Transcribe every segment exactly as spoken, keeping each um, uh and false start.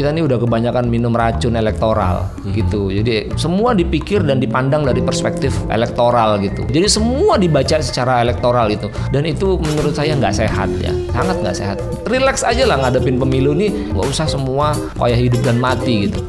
kita ini udah kebanyakan minum racun elektoral hmm. gitu. Jadi semua dipikir dan dipandang dari perspektif elektoral gitu. Jadi semua dibaca secara elektoral itu. Dan itu menurut saya nggak sehat ya, sangat nggak sehat. Relax aja lah ngadepin pemilu nih, nggak usah semua kayak hidup dan mati gitu.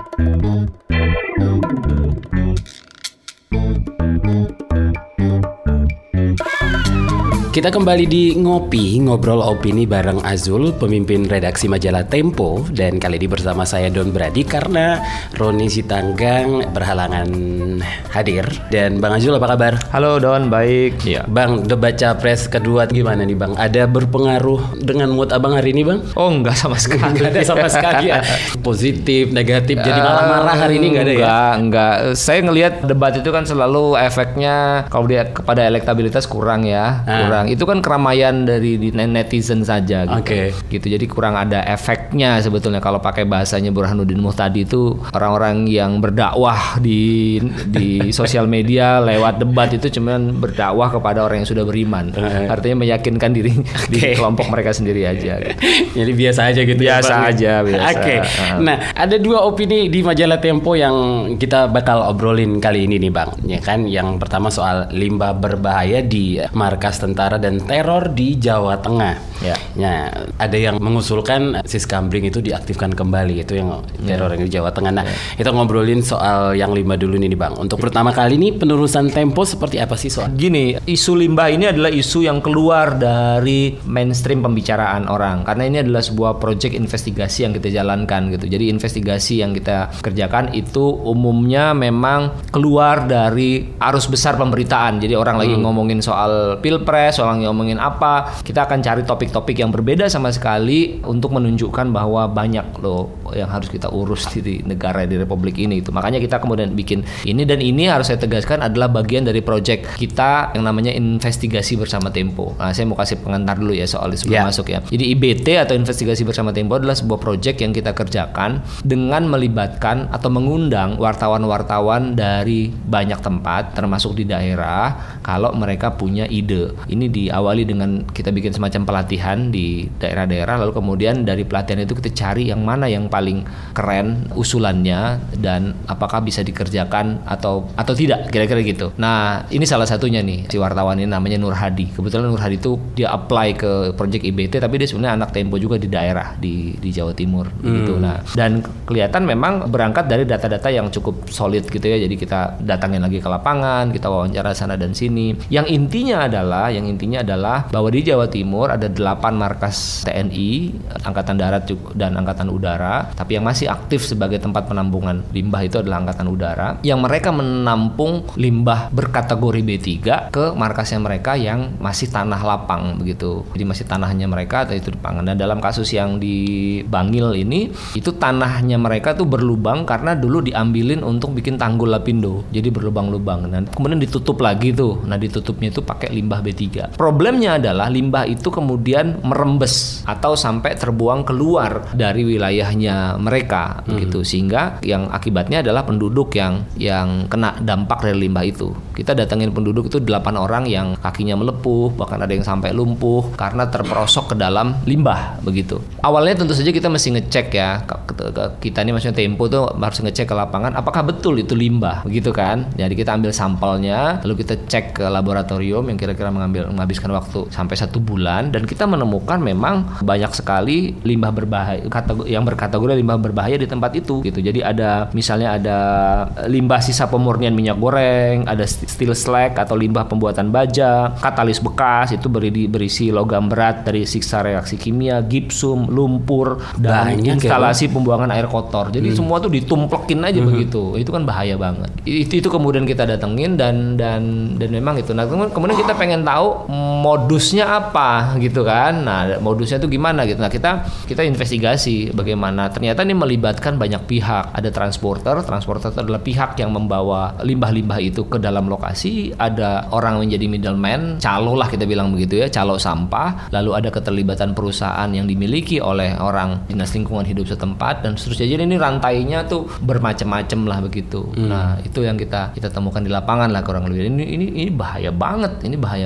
Kita kembali di Ngopi, Ngobrol Opini bareng Azul, pemimpin redaksi majalah Tempo. Dan kali ini bersama saya Don Brady karena Roni Sitanggang berhalangan hadir. Dan Bang Azul apa kabar? Halo Don, baik. Ya, Bang, debat capres kedua gimana nih Bang? Ada berpengaruh dengan mood Abang hari ini Bang? Oh enggak sama sekali. Enggak ada sama sekali ya. Positif, negatif, jadi malah marah hari ini enggak ada ya? Enggak, enggak. Saya ngelihat debat itu kan selalu efeknya kalau dia kepada elektabilitas kurang ya, ah. kurang. Itu kan keramaian dari netizen saja gitu. Okay. Gitu. Jadi kurang ada efeknya sebetulnya kalau pakai bahasanya Burhanuddin Muhtadi itu orang-orang yang berdakwah di di sosial media lewat debat itu cuman berdakwah kepada orang yang sudah beriman. Uh, Artinya meyakinkan diri okay. di kelompok mereka sendiri aja. Gitu. Jadi biasa aja gitu. Biasa ya, aja, biasa. Oke. Okay. Uh. Nah, ada dua opini di majalah Tempo yang kita bakal obrolin kali ini nih Bang. Ya kan, yang pertama soal limbah berbahaya di markas tentara dan teror di Jawa Tengah. Ya. Ya, ada yang mengusulkan Siskambling itu diaktifkan kembali, itu yang teror ya. Yang di Jawa Tengah. Nah, ya. Kita ngobrolin soal yang limbah dulu nih Bang. Untuk pertama kali ini penerusan Tempo seperti apa sih soal? Gini, isu limbah ini adalah isu yang keluar dari mainstream pembicaraan orang. Karena ini adalah sebuah proyek investigasi yang kita jalankan gitu. Jadi investigasi yang kita kerjakan itu umumnya memang keluar dari arus besar pemberitaan. Jadi orang hmm. lagi ngomongin soal Pilpres, orang ngomongin apa, kita akan cari topik-topik yang berbeda sama sekali untuk menunjukkan bahwa banyak loh yang harus kita urus di negara, di republik ini itu. Makanya kita kemudian bikin ini, dan ini harus saya tegaskan adalah bagian dari proyek kita yang namanya investigasi bersama Tempo. Nah, saya mau kasih pengantar dulu ya soal itu sebelum yeah. masuk ya. Jadi I B T atau investigasi bersama Tempo adalah sebuah proyek yang kita kerjakan dengan melibatkan atau mengundang wartawan-wartawan dari banyak tempat termasuk di daerah kalau mereka punya ide. Ini diawali dengan kita bikin semacam pelatihan di daerah-daerah, lalu kemudian dari pelatihan itu kita cari yang mana yang paling keren usulannya dan apakah bisa dikerjakan atau atau tidak, kira-kira gitu. Nah, ini salah satunya nih, si wartawan ini namanya Nur Hadi. Kebetulan Nur Hadi itu dia apply ke project I B T, tapi dia sebenarnya anak Tempo juga di daerah di di Jawa Timur hmm. gitu. Nah, dan kelihatan memang berangkat dari data-data yang cukup solid gitu ya. Jadi kita datangin lagi ke lapangan, kita wawancara sana dan sini. Yang intinya adalah yang intinya adalah bahwa di Jawa Timur ada delapan markas T N I, Angkatan Darat dan Angkatan Udara, tapi yang masih aktif sebagai tempat penampungan limbah itu adalah Angkatan Udara, yang mereka menampung limbah berkategori B tiga ke markasnya mereka yang masih tanah lapang begitu. Jadi masih tanahnya mereka atau itu dipangan. Dan dalam kasus yang di Bangil ini, itu tanahnya mereka tuh berlubang karena dulu diambilin untuk bikin tanggul lapindo. Jadi berlubang-lubang. Nah, kemudian ditutup lagi tuh. Nah, ditutupnya itu pakai limbah B tiga. Problemnya adalah limbah itu kemudian merembes atau sampai terbuang keluar dari wilayahnya mereka hmm. gitu, sehingga yang akibatnya adalah penduduk yang yang kena dampak dari limbah itu. Kita datangin penduduk itu delapan orang yang kakinya melepuh, bahkan ada yang sampai lumpuh karena terperosok ke dalam limbah begitu. Awalnya tentu saja kita mesti ngecek ya, kita ini maksudnya Tempo tuh harus ngecek ke lapangan apakah betul itu limbah begitu kan. Jadi kita ambil sampelnya, lalu kita cek ke laboratorium yang kira-kira mengambil menghabiskan waktu sampai satu bulan, dan kita menemukan memang banyak sekali limbah berbahaya yang berkategori limbah berbahaya di tempat itu gitu. Jadi ada misalnya ada limbah sisa pemurnian minyak goreng, ada steel slag atau limbah pembuatan baja, katalis bekas itu beri, berisi logam berat dari siksa reaksi kimia, gipsum, lumpur, dan banyak instalasi ya, pembuangan air kotor. Jadi hmm. semua tuh ditumplekin aja hmm. begitu. Itu kan bahaya banget. Itu itu kemudian kita datengin dan dan dan memang itu. Nah, kemudian kita pengen tahu modusnya apa gitu kan. Nah, modusnya itu gimana gitu. Nah, kita kita investigasi bagaimana. Ternyata ini melibatkan banyak pihak. Ada transporter, transporter itu adalah pihak yang membawa limbah-limbah itu ke dalam lokasi. Ada orang menjadi middleman, calo lah kita bilang begitu ya, calo sampah. Lalu ada keterlibatan perusahaan yang dimiliki oleh orang dinas lingkungan hidup setempat dan seterusnya. Jadi ini rantainya tuh bermacam-macam lah begitu. Hmm. Nah, itu yang kita kita temukan di lapangan lah kurang lebih. Ini ini ini bahaya banget, ini bahaya banget. Dan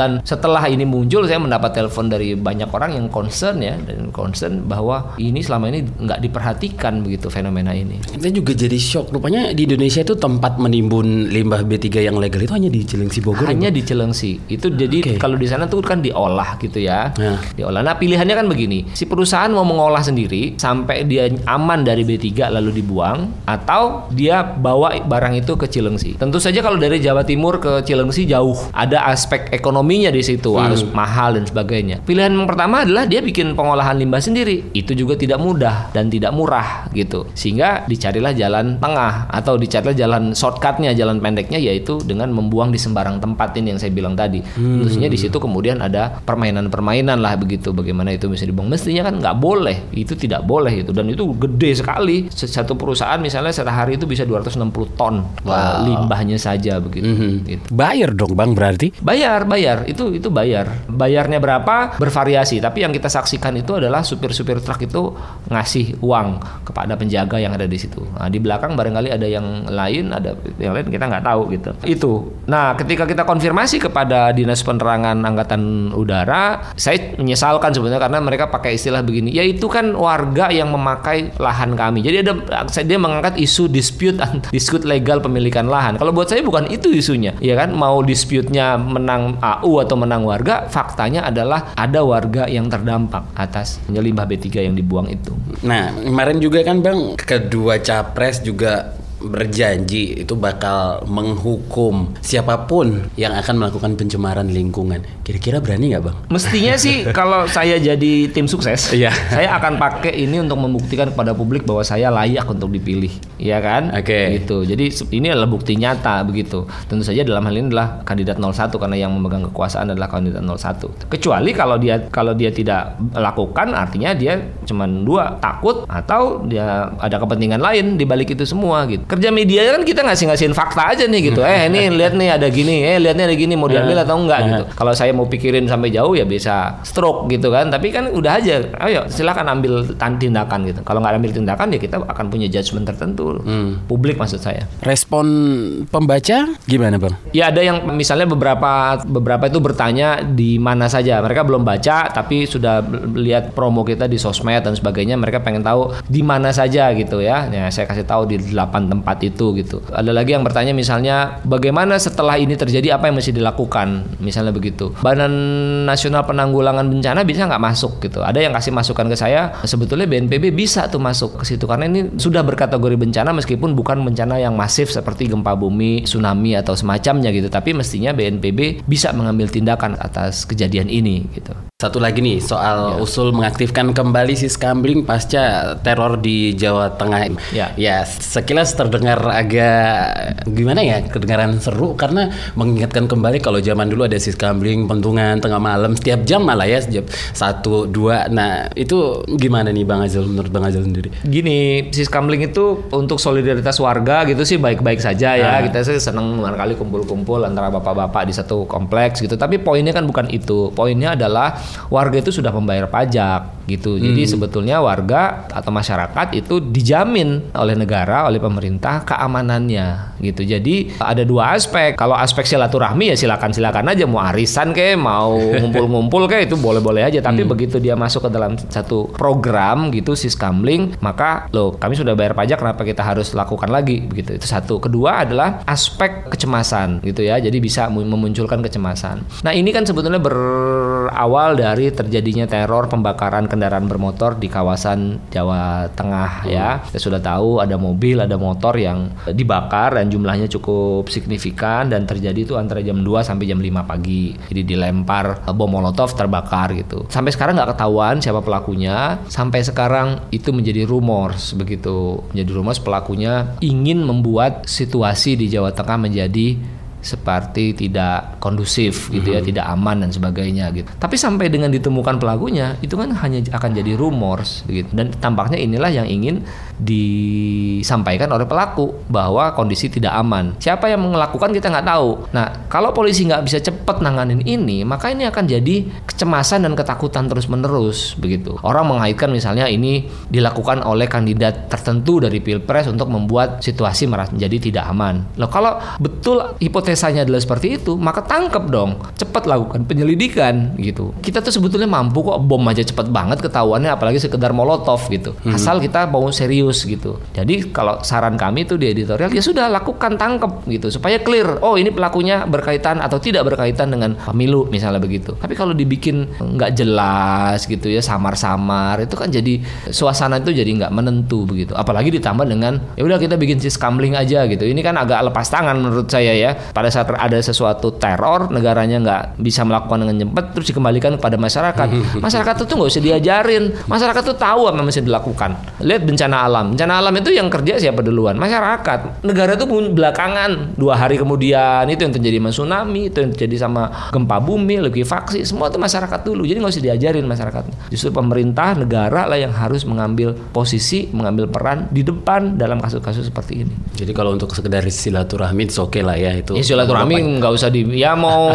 Dan setelah ini muncul, saya mendapat telepon dari banyak orang yang concern ya, dan concern bahwa ini selama ini nggak diperhatikan begitu fenomena ini. Kita juga jadi shock. Rupanya di Indonesia itu tempat menimbun limbah B tiga yang legal itu hanya di Cilengsi Bogor. Hanya di Cilengsi. Itu jadi okay. Kalau di sana tuh kan diolah gitu ya. Nah. Diolah. Nah, pilihannya kan begini. Si perusahaan mau mengolah sendiri sampai dia aman dari B tiga lalu dibuang, atau dia bawa barang itu ke Cilengsi. Tentu saja kalau dari Jawa Timur ke Cilengsi jauh. Ada aspek ekonominya di situ, hmm. harus mahal dan sebagainya. Pilihan yang pertama adalah dia bikin pengolahan limbah sendiri. Itu juga tidak mudah dan tidak murah gitu. Sehingga dicarilah jalan tengah atau dicarilah jalan shortcutnya, jalan pendeknya, yaitu dengan membuang di sembarang tempat ini yang saya bilang tadi. Hmm. Tentunya di situ kemudian ada permainan-permainan lah begitu. Bagaimana itu bisa dibuang? Mestinya kan nggak boleh. Itu tidak boleh itu, dan itu gede sekali. Satu perusahaan misalnya sehari itu bisa dua ratus enam puluh ton wow. limbahnya saja begitu. Mm-hmm. Gitu. Bayar dong Bang berarti? Bayar, bayar. Itu itu bayar. Bayarnya berapa? Bervariasi. Tapi yang kita saksikan itu adalah supir-supir truk itu ngasih uang kepada penjaga yang ada di situ. Nah, di belakang barangkali ada yang lain, ada yang lain kita nggak tahu gitu. Itu. Nah, ketika kita konfirmasi kepada Dinas Penerangan Angkatan Udara, saya menyesalkan sebenarnya karena mereka pakai istilah begini. Ya itu kan warga yang memakai lahan kami. Jadi ada dia mengangkat isu dispute dispute legal pemilikan lahan. Kalau buat saya bukan itu isunya. Ya kan, mau dispute-nya menang A U atau menang warga, faktanya adalah ada warga yang terdampak atas limbah B tiga yang dibuang itu. Nah, kemarin juga kan Bang, kedua capres juga berjanji itu bakal menghukum siapapun yang akan melakukan pencemaran lingkungan. Kira-kira berani nggak Bang? Mestinya sih kalau saya jadi tim sukses, yeah. saya akan pakai ini untuk membuktikan kepada publik bahwa saya layak untuk dipilih, ya kan? Oke. Okay. Gitu. Jadi ini adalah bukti nyata begitu. Tentu saja dalam hal ini adalah kandidat nol satu karena yang memegang kekuasaan adalah kandidat nol satu. Kecuali kalau dia kalau dia tidak lakukan, artinya dia cuma dua, takut atau dia ada kepentingan lain di balik itu semua gitu. Kerja media kan kita ngasih-ngasihin fakta aja nih gitu. Eh ini lihat nih ada gini, eh lihatnya ada gini, mau diambil atau enggak gitu. Kalau saya mau pikirin sampai jauh ya bisa stroke gitu kan. Tapi kan udah aja, ayo silakan ambil tindakan gitu. Kalau nggak ambil tindakan ya kita akan punya judgement tertentu. Hmm. Publik maksud saya. Respon pembaca gimana Bang? Ya ada yang misalnya beberapa beberapa itu bertanya di mana saja. Mereka belum baca tapi sudah lihat promo kita di sosmed dan sebagainya. Mereka pengen tahu di mana saja gitu ya. Ya saya kasih tahu di delapan tempat itu gitu. Ada lagi yang bertanya misalnya bagaimana setelah ini terjadi, apa yang mesti dilakukan misalnya begitu. Badan Nasional Penanggulangan Bencana bisa nggak masuk gitu. Ada yang kasih masukan ke saya, sebetulnya B N P B bisa tuh masuk ke situ karena ini sudah berkategori bencana meskipun bukan bencana yang masif seperti gempa bumi, tsunami atau semacamnya gitu, tapi mestinya B N P B bisa mengambil tindakan atas kejadian ini gitu. Satu lagi nih soal ya. usul mengaktifkan kembali Siskamling pasca teror di Jawa Tengah. Ya, ya sekilas terdengar agak gimana ya, kedengaran seru karena mengingatkan kembali kalau zaman dulu ada Siskamling pentungan tengah malam setiap jam malah ya, sejam satu dua. Nah itu gimana nih Bang Azil, menurut Bang Azil sendiri? Gini, Siskamling itu untuk solidaritas warga gitu sih baik-baik saja ya. Nah. Kita sih senang kali kumpul-kumpul antara bapak-bapak di satu kompleks gitu. Tapi poinnya kan bukan itu. Poinnya adalah warga itu sudah membayar pajak gitu. Jadi hmm. sebetulnya warga atau masyarakat itu dijamin oleh negara, oleh pemerintah keamanannya gitu. Jadi ada dua aspek. Kalau aspek silaturahmi ya silakan-silakan aja, mau arisan kayak mau ngumpul-ngumpul kayak itu boleh-boleh aja. Tapi hmm. begitu dia masuk ke dalam satu program gitu Siskamling, maka loh kami sudah bayar pajak, kenapa kita harus lakukan lagi begitu. Itu satu. Kedua adalah aspek kecemasan gitu ya. Jadi bisa memunculkan kecemasan. Nah, ini kan sebetulnya berawal dari terjadinya teror pembakaran kendaraan bermotor di kawasan Jawa Tengah hmm. ya. Kita sudah tahu ada mobil, ada motor yang dibakar dan jumlahnya cukup signifikan dan terjadi itu antara jam dua sampai jam lima pagi. Jadi dilempar bom molotov, terbakar gitu. Sampai sekarang nggak ketahuan siapa pelakunya. Sampai sekarang itu menjadi rumors begitu. Menjadi rumors pelakunya ingin membuat situasi di Jawa Tengah menjadi seperti tidak kondusif gitu ya, mm-hmm. tidak aman dan sebagainya gitu. Tapi sampai dengan ditemukan pelakunya itu kan hanya akan jadi rumors gitu. Dan tampaknya inilah yang ingin disampaikan oleh pelaku bahwa kondisi tidak aman. Siapa yang melakukan kita nggak tahu. Nah, kalau polisi nggak bisa cepat nanganin ini, maka ini akan jadi kecemasan dan ketakutan terus-menerus begitu. Orang mengaitkan misalnya ini dilakukan oleh kandidat tertentu dari Pilpres untuk membuat situasi menjadi tidak aman. Loh, kalau betul hipotesanya adalah seperti itu, maka tangkap dong, cepat lakukan penyelidikan gitu. Kita tuh sebetulnya mampu kok, bom aja cepat banget ketahuannya, apalagi sekedar molotov gitu. Hmm. Asal kita mau serius gitu. Jadi kalau saran kami tuh di editorial, ya sudah lakukan, tangkap gitu supaya clear. Oh, ini pelakunya berkaitan atau tidak berkaitan dengan pemilu misalnya begitu. Tapi kalau dibikin nggak jelas gitu ya, samar-samar, itu kan jadi suasana itu jadi nggak menentu begitu. Apalagi ditambah dengan ya udah kita bikin siskamling aja gitu. Ini kan agak lepas tangan menurut saya ya. Pada saat ada sesuatu teror, negaranya nggak bisa melakukan dengan cepat, terus dikembalikan kepada masyarakat. Masyarakat itu nggak usah diajarin. Masyarakat tuh tahu apa yang mesti dilakukan. Lihat bencana alam. Bencana alam itu yang kerja siapa duluan? Masyarakat. Negara itu belakangan, dua hari kemudian itu yang terjadi sama tsunami, itu yang terjadi sama gempa bumi, likuifaksi, semua itu masyarakat dulu. Jadi nggak usah diajarin masyarakat. Justru pemerintah, negara lah yang harus mengambil posisi, mengambil peran di depan dalam kasus-kasus seperti ini. Jadi kalau untuk sekedar silaturahmi, oke okay lah ya itu. Ya, silaturahmi nggak usah di, ya mau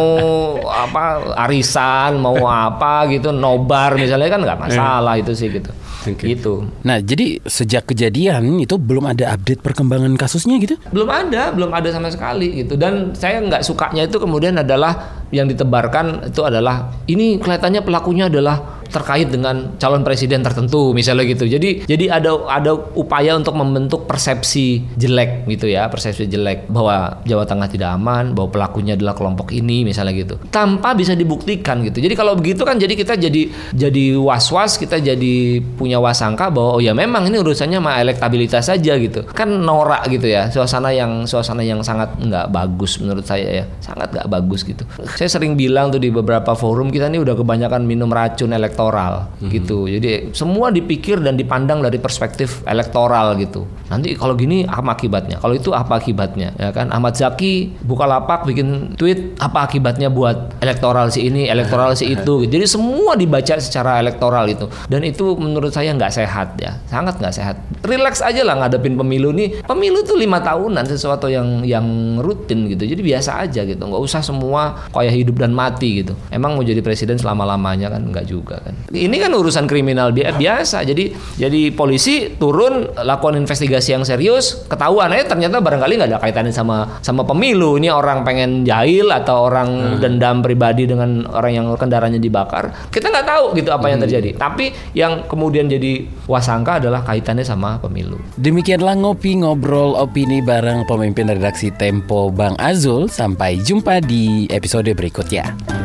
apa arisan, mau apa gitu, nobar misalnya kan nggak masalah itu sih gitu. Okay. Gitu. Nah, jadi sejak kejadian itu belum ada update perkembangan kasusnya gitu? Belum ada, belum ada sama sekali gitu. Dan saya nggak sukanya itu kemudian adalah yang ditebarkan itu adalah ini kelihatannya pelakunya adalah terkait dengan calon presiden tertentu misalnya gitu. Jadi jadi ada ada upaya untuk membentuk persepsi jelek gitu ya, persepsi jelek bahwa Jawa Tengah tidak aman, bahwa pelakunya adalah kelompok ini misalnya gitu. Tanpa bisa dibuktikan gitu. Jadi kalau begitu kan jadi kita jadi jadi was-was, kita jadi punya wasangka bahwa oh ya memang ini urusannya sama elektabilitas saja gitu. Kan norak gitu ya. Suasana yang suasana yang sangat nggak bagus menurut saya ya. Sangat nggak bagus gitu. Saya sering bilang tuh di beberapa forum, kita ini udah kebanyakan minum racun elektoral mm-hmm. gitu. Jadi semua dipikir dan dipandang dari perspektif elektoral gitu. Nanti kalau gini apa akibatnya? Kalau itu apa akibatnya? Ya kan Ahmad Zaki Bukalapak bikin tweet apa akibatnya buat elektoral si ini, elektoral si itu. Jadi semua dibaca secara elektoral itu. Dan itu menurut saya nggak sehat ya. Sangat nggak sehat. Relax aja lah ngadepin pemilu nih. Pemilu tuh lima tahunan, sesuatu yang yang rutin gitu. Jadi biasa aja gitu. Nggak usah semua kayak hidup dan mati gitu. Emang mau jadi presiden selama-lamanya kan nggak juga kan. Ini kan urusan kriminal biasa. Jadi jadi polisi turun lakukan investigasi yang serius, ketahuan aja ternyata barangkali nggak ada kaitannya sama sama pemilu. Ini orang pengen jahil atau orang hmm. dendam pribadi dengan orang yang kendaraannya dibakar. Kita nggak tahu gitu apa hmm. yang terjadi. Tapi yang kemudian jadi wasangka adalah kaitannya sama pemilu. Demikianlah ngopi ngobrol opini bareng pemimpin redaksi Tempo Bang Azul. Sampai jumpa di episode berikutnya.